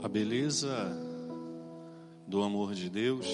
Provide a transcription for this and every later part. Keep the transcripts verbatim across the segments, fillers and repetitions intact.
A beleza do amor de Deus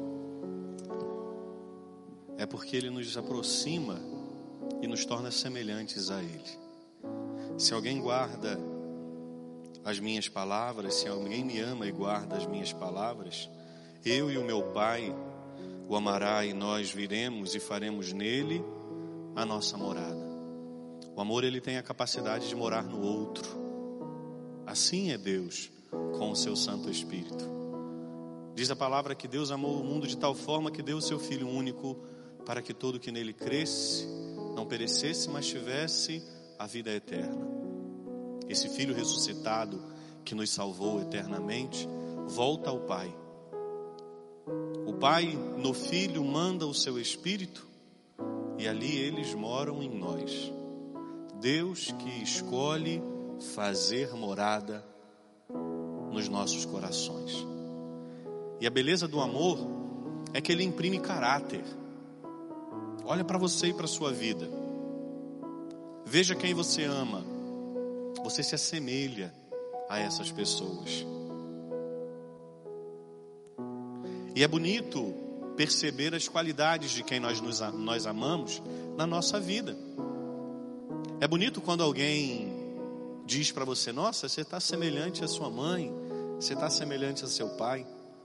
é porque Ele nos aproxima e nos torna semelhantes a Ele. Se alguém guarda as minhas palavras, se alguém me ama e guarda as minhas palavras, eu e o meu Pai o amará e nós viremos e faremos nele a nossa morada. O amor, ele tem a capacidade de morar no outro. Assim é Deus com o seu Santo Espírito. Diz a palavra que Deus amou o mundo de tal forma que deu o seu Filho único para que todo que nele cresce não perecesse, mas tivesse a vida eterna. Esse Filho ressuscitado que nos salvou eternamente volta ao Pai. O Pai no Filho manda o seu Espírito e ali eles moram em nós. Deus que escolhe fazer morada nos nossos corações. E a beleza do amor é que ele imprime caráter. Olha para você e para a sua vida. Veja quem você ama. Você se assemelha a essas pessoas. E é bonito perceber as qualidades de quem nós, nos, nós amamos na nossa vida. É bonito quando alguém diz para você: nossa, você está semelhante à sua mãe, você está semelhante ao seu pai.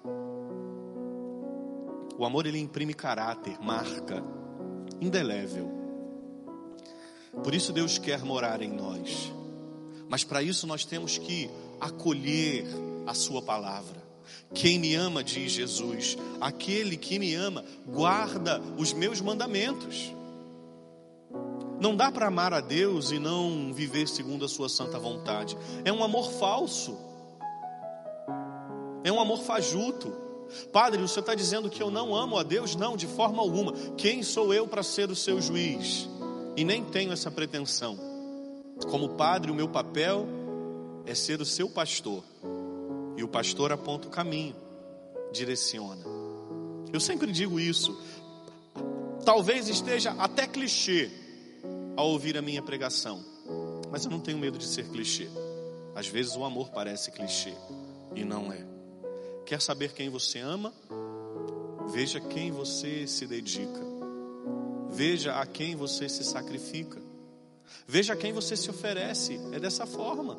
O amor, ele imprime caráter, marca, indelével. Por isso Deus quer morar em nós. Mas para isso nós temos que acolher a sua palavra. Quem me ama, diz Jesus, aquele que me ama guarda os meus mandamentos. Não dá para amar a Deus e não viver segundo a sua santa vontade. É um amor falso. É um amor fajuto. Padre, o senhor está dizendo que eu não amo a Deus? Não, de forma alguma. Quem sou eu para ser o seu juiz? E nem tenho essa pretensão. Como padre, o meu papel é ser o seu pastor. E o pastor aponta o caminho, direciona. Eu sempre digo isso. Talvez esteja até clichê ao ouvir a minha pregação, mas eu não tenho medo de ser clichê. Às vezes o amor parece clichê e não é. Quer saber quem você ama? Veja quem você se dedica. Veja a quem você se sacrifica. Veja a quem você se oferece. É dessa forma.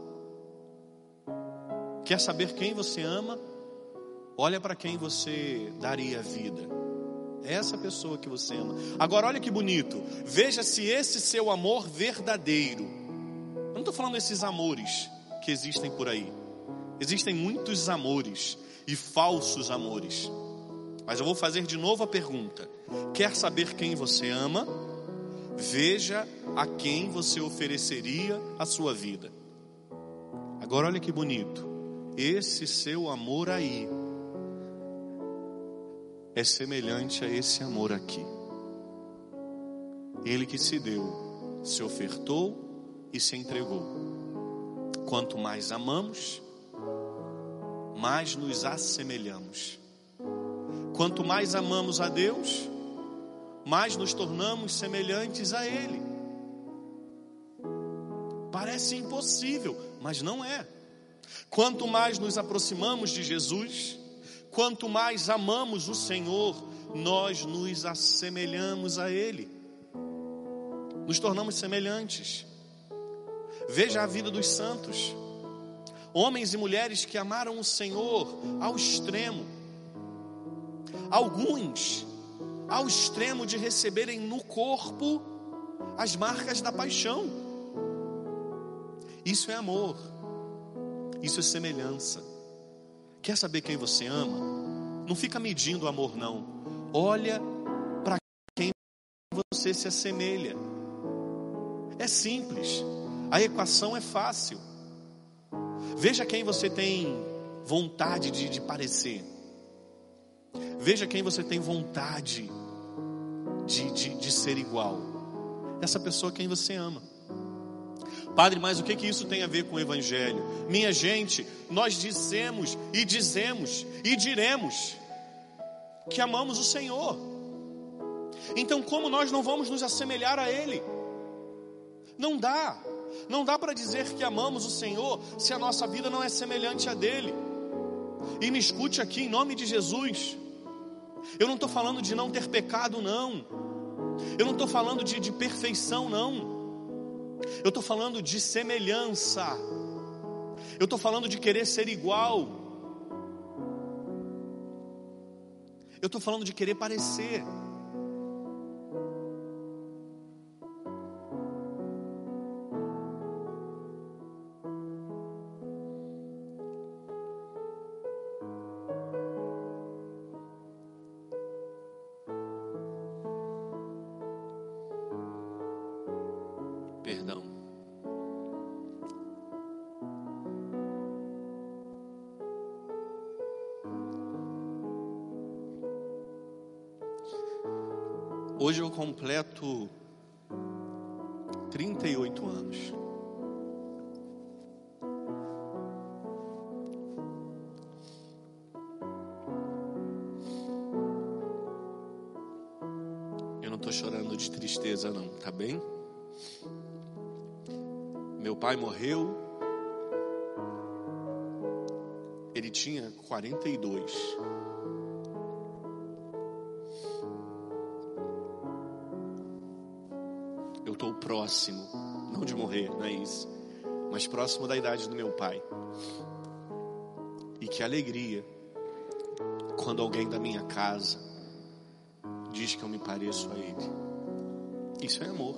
Quer saber quem você ama? Olha para quem você daria a vida. É essa pessoa que você ama. Agora olha que bonito. Veja se esse seu amor verdadeiro. Eu não estou falando desses amores que existem por aí. Existem muitos amores e falsos amores. Mas eu vou fazer de novo a pergunta. Quer saber quem você ama? Veja a quem você ofereceria a sua vida. Agora olha que bonito. Esse seu amor aí é semelhante a esse amor aqui. Ele que se deu, se ofertou e se entregou. Quanto mais amamos, mais nos assemelhamos. Quanto mais amamos a Deus, mais nos tornamos semelhantes a Ele. Parece impossível, mas não é. Quanto mais nos aproximamos de Jesus, quanto mais amamos o Senhor, nós nos assemelhamos a Ele. Nos tornamos semelhantes. Veja a vida dos santos. Homens e mulheres que amaram o Senhor ao extremo. Alguns ao extremo de receberem no corpo as marcas da paixão. Isso é amor. Isso é semelhança. Quer saber quem você ama? Não fica medindo o amor, não. Olha para quem você se assemelha. É simples. A equação é fácil. Veja quem você tem vontade de, de parecer. Veja quem você tem vontade de, de, de ser igual. Essa pessoa quem você ama. Padre, mas o que que isso tem a ver com o Evangelho? Minha gente, nós dissemos e dizemos e diremos que amamos o Senhor. Então como nós não vamos nos assemelhar a Ele? Não dá. Não dá para dizer que amamos o Senhor se a nossa vida não é semelhante a dele. E me escute aqui em nome de Jesus. Eu não estou falando de não ter pecado, não. Eu não estou falando de, de perfeição, não. Eu estou falando de semelhança. Eu estou falando de querer ser igual. Eu estou falando de querer parecer. Perdão. Hoje eu completo trinta e oito anos. Eu não estou chorando de tristeza, não, tá bem? Meu pai morreu, ele tinha quarenta e dois. Eu estou próximo, não de morrer, não é isso, mas próximo da idade do meu pai. E que alegria quando alguém da minha casa diz que eu me pareço a ele. Isso é amor.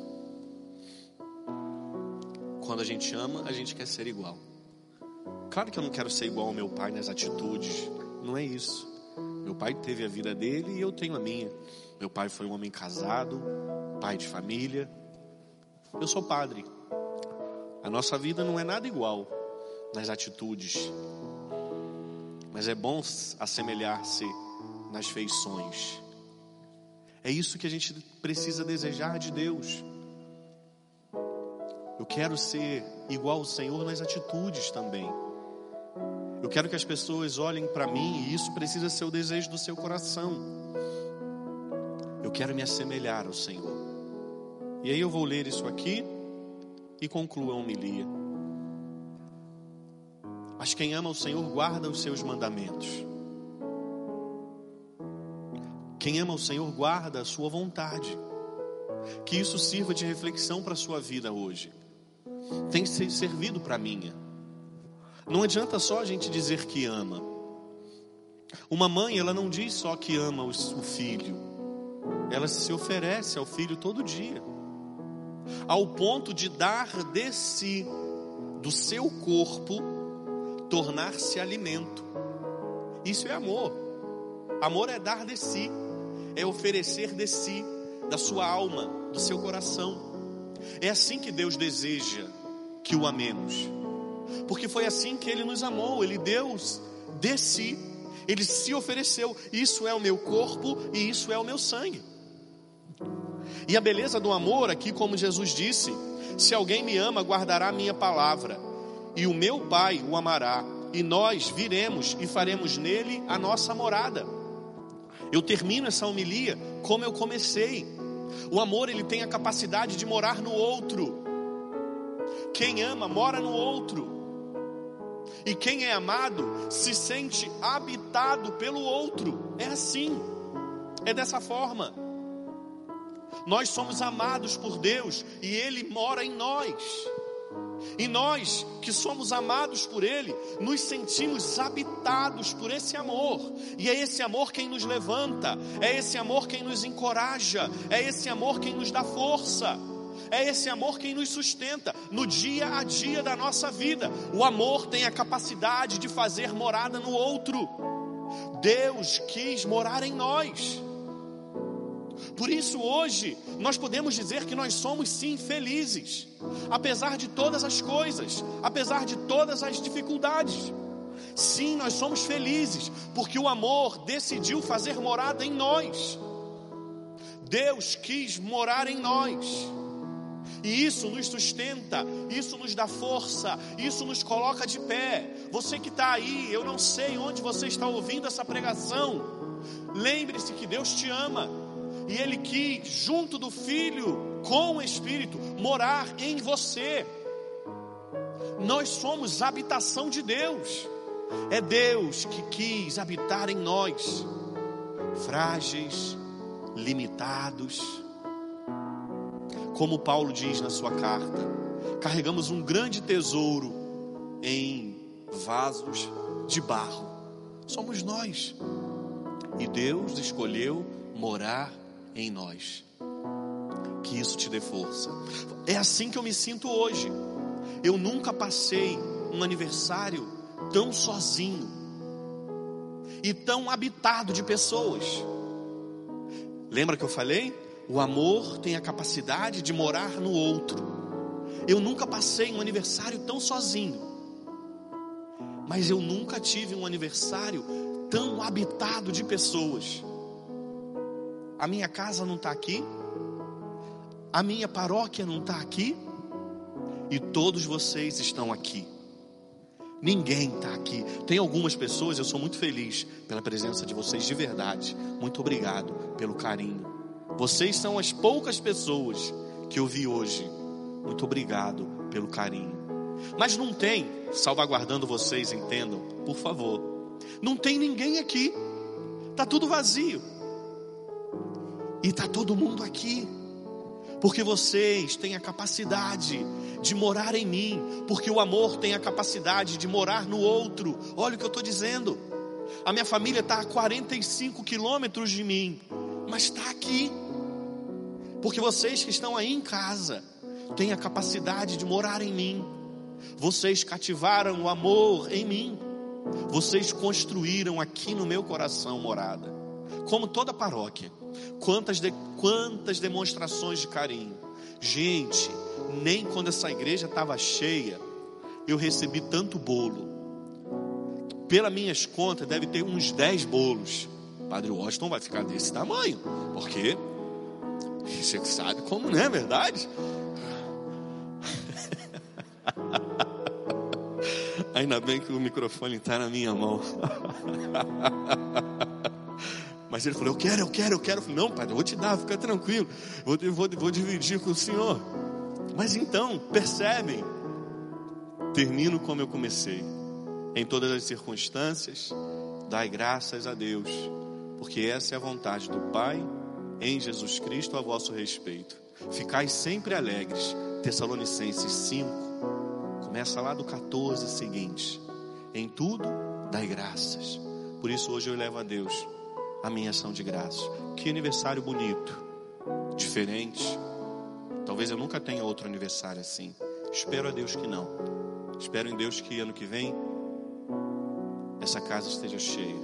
Quando a gente ama, a gente quer ser igual. Claro que eu não quero ser igual ao meu pai nas atitudes. Não é isso. Meu pai teve a vida dele e eu tenho a minha. Meu pai foi um homem casado, pai de família. Eu sou padre. A nossa vida não é nada igual nas atitudes. Mas é bom assemelhar-se nas feições. É isso que a gente precisa desejar de Deus. Eu quero ser igual ao Senhor nas atitudes também. Eu quero que as pessoas olhem para mim e isso precisa ser o desejo do seu coração. Eu quero me assemelhar ao Senhor. E aí eu vou ler isso aqui e concluo a homilia. Mas quem ama o Senhor guarda os seus mandamentos. Quem ama o Senhor guarda a sua vontade. Que isso sirva de reflexão para a sua vida hoje. Tem servido para a minha. Não adianta só a gente dizer que ama. Uma mãe, ela não diz só que ama o filho. Ela se oferece ao filho todo dia. Ao ponto de dar de si, do seu corpo, tornar-se alimento. Isso é amor. Amor é dar de si. É oferecer de si, da sua alma, do seu coração. É assim que Deus deseja que o amemos. Porque foi assim que Ele nos amou. Ele deu de si. Ele se ofereceu. Isso é o meu corpo e isso é o meu sangue. E a beleza do amor aqui, como Jesus disse: se alguém me ama, guardará a minha palavra, e o meu Pai o amará, e nós viremos e faremos nele a nossa morada. Eu termino essa homilia como eu comecei. O amor, ele tem a capacidade de morar no outro. Quem ama mora no outro. E quem é amado se sente habitado pelo outro. É assim. É dessa forma. Nós somos amados por Deus e Ele mora em nós. E nós que somos amados por Ele, nos sentimos habitados por esse amor. E é esse amor quem nos levanta, é esse amor quem nos encoraja, é esse amor quem nos dá força, é esse amor quem nos sustenta no dia a dia da nossa vida. O amor tem a capacidade de fazer morada no outro. Deus quis morar em nós. Por isso hoje nós podemos dizer que nós somos sim felizes, apesar de todas as coisas, apesar de todas as dificuldades. Sim, nós somos felizes, porque o amor decidiu fazer morada em nós. Deus quis morar em nós. E isso nos sustenta, isso nos dá força, isso nos coloca de pé. Você que está aí, eu não sei onde você está ouvindo essa pregação, lembre-se que Deus te ama. E Ele quis, junto do Filho, com o Espírito, morar em você. Nós somos habitação de Deus. É Deus que quis habitar em nós, frágeis, limitados. Como Paulo diz na sua carta, carregamos um grande tesouro em vasos de barro. Somos nós. E Deus escolheu morar em nós. Que isso te dê força. É assim que eu me sinto hoje. Eu nunca passei um aniversário tão sozinho e tão habitado de pessoas. Lembra que eu falei? O amor tem a capacidade de morar no outro. Eu nunca passei um aniversário tão sozinho, mas eu nunca tive um aniversário tão habitado de pessoas. A minha casa não está aqui, a minha paróquia não está aqui, e todos vocês estão aqui. Ninguém está aqui. Tem algumas pessoas, eu sou muito feliz pela presença de vocês, de verdade. Muito obrigado pelo carinho. Vocês são as poucas pessoas que eu vi hoje. Muito obrigado pelo carinho. Mas não tem, salvaguardando vocês, entendam, por favor, não tem ninguém aqui. Está tudo vazio. E está todo mundo aqui, porque vocês têm a capacidade de morar em mim, porque o amor tem a capacidade de morar no outro. Olha o que eu estou dizendo. A minha família está a quarenta e cinco quilômetros de mim, mas está aqui, porque vocês que estão aí em casa têm a capacidade de morar em mim. Vocês cativaram o amor em mim. Vocês construíram aqui no meu coração morada. Como toda paróquia. Quantas, de, quantas demonstrações de carinho. Gente, nem quando essa igreja estava cheia eu recebi tanto bolo. Pelas minhas contas deve ter uns dez bolos. Padre Washington vai ficar desse tamanho, porque você sabe como, não é verdade? Ainda bem que o microfone está na minha mão. Mas ele falou, eu quero, eu quero, eu quero. Eu falei, não, padre, eu vou te dar, fica tranquilo. Vou, vou, vou dividir com o senhor. Mas então, percebem? Termino como eu comecei. Em todas as circunstâncias, dai graças a Deus, porque essa é a vontade do Pai em Jesus Cristo a vosso respeito. Ficai sempre alegres. Tessalonicenses cinco. Começa lá do catorze seguinte. Em tudo, dai graças. Por isso hoje eu elevo a Deus a minha ação de graças. Que aniversário bonito, diferente. Talvez eu nunca tenha outro aniversário assim. Espero a Deus que não. Espero em Deus que ano que vem essa casa esteja cheia.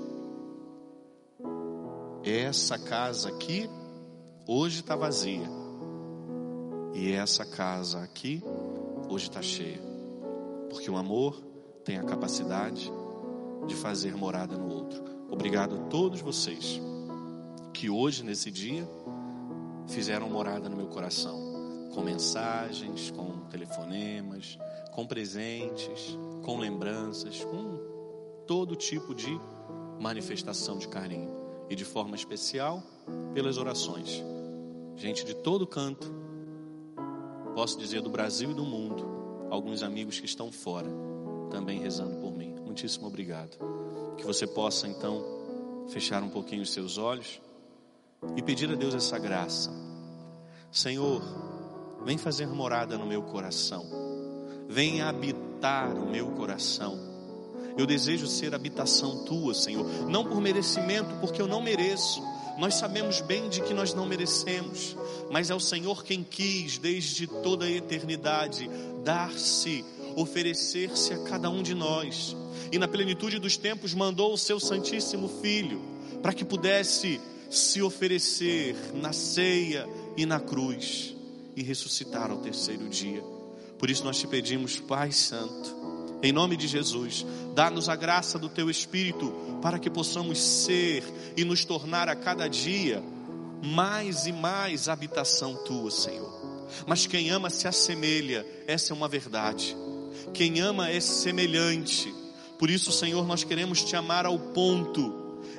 Essa casa aqui hoje está vazia, e essa casa aqui hoje está cheia, porque o amor tem a capacidade de fazer morada no outro. Obrigado a todos vocês que hoje, nesse dia, fizeram morada no meu coração, com mensagens, com telefonemas, com presentes, com lembranças, com todo tipo de manifestação de carinho, e de forma especial pelas orações. Gente de todo canto, posso dizer do Brasil e do mundo, alguns amigos que estão fora também rezando por mim. Muitíssimo obrigado. Que você possa então fechar um pouquinho os seus olhos e pedir a Deus essa graça. Senhor, vem fazer morada no meu coração, vem habitar o meu coração. Eu desejo ser habitação tua, Senhor, não por merecimento, porque eu não mereço. Nós sabemos bem de que nós não merecemos, mas é o Senhor quem quis desde toda a eternidade dar-se, oferecer-se a cada um de nós, e na plenitude dos tempos mandou o seu Santíssimo Filho para que pudesse se oferecer na ceia e na cruz e ressuscitar ao terceiro dia. Por isso nós te pedimos, Pai Santo, em nome de Jesus, dá-nos a graça do Teu Espírito para que possamos ser e nos tornar a cada dia mais e mais habitação Tua, Senhor. Mas quem ama se assemelha, essa é uma verdade. Quem ama é semelhante. Por isso, Senhor, nós queremos Te amar ao ponto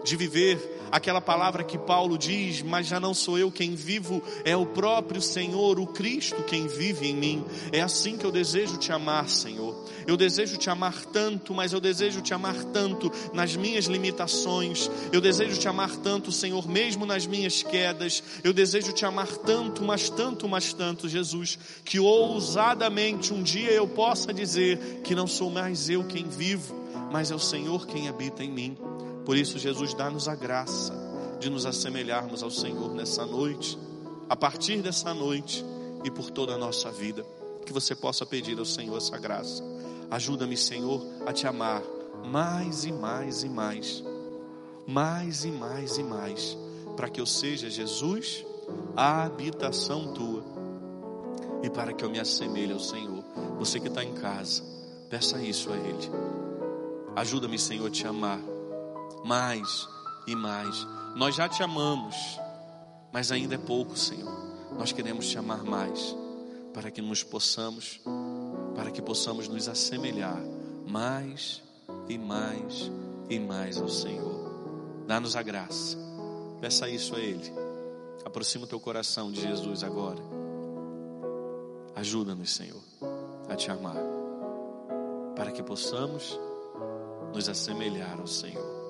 de viver aquela palavra que Paulo diz: mas já não sou eu quem vivo, é o próprio Senhor, o Cristo quem vive em mim. É assim que eu desejo te amar, Senhor. Eu desejo te amar tanto, mas eu desejo te amar tanto nas minhas limitações. Eu desejo te amar tanto, Senhor, mesmo nas minhas quedas. Eu desejo te amar tanto, mas tanto, mas tanto, Jesus, que ousadamente um dia eu possa dizer que não sou mais eu quem vivo, mas é o Senhor quem habita em mim. Por isso, Jesus, dá-nos a graça de nos assemelharmos ao Senhor nessa noite, a partir dessa noite e por toda a nossa vida. Que você possa pedir ao Senhor essa graça. Ajuda-me, Senhor, a te amar mais e mais e mais, mais e mais e mais, para que eu seja, Jesus, a habitação tua, e para que eu me assemelhe ao Senhor. Você que está em casa, peça isso a Ele. Ajuda-me, Senhor, a te amar mais e mais. Nós já te amamos, mas ainda é pouco, Senhor. Nós queremos te amar mais, para que nos possamos, para que possamos nos assemelhar mais e mais e mais ao Senhor. Dá-nos a graça. Peça isso a Ele. Aproxima o teu coração de Jesus agora. Ajuda-nos, Senhor, a te amar, para que possamos nos assemelhar ao Senhor.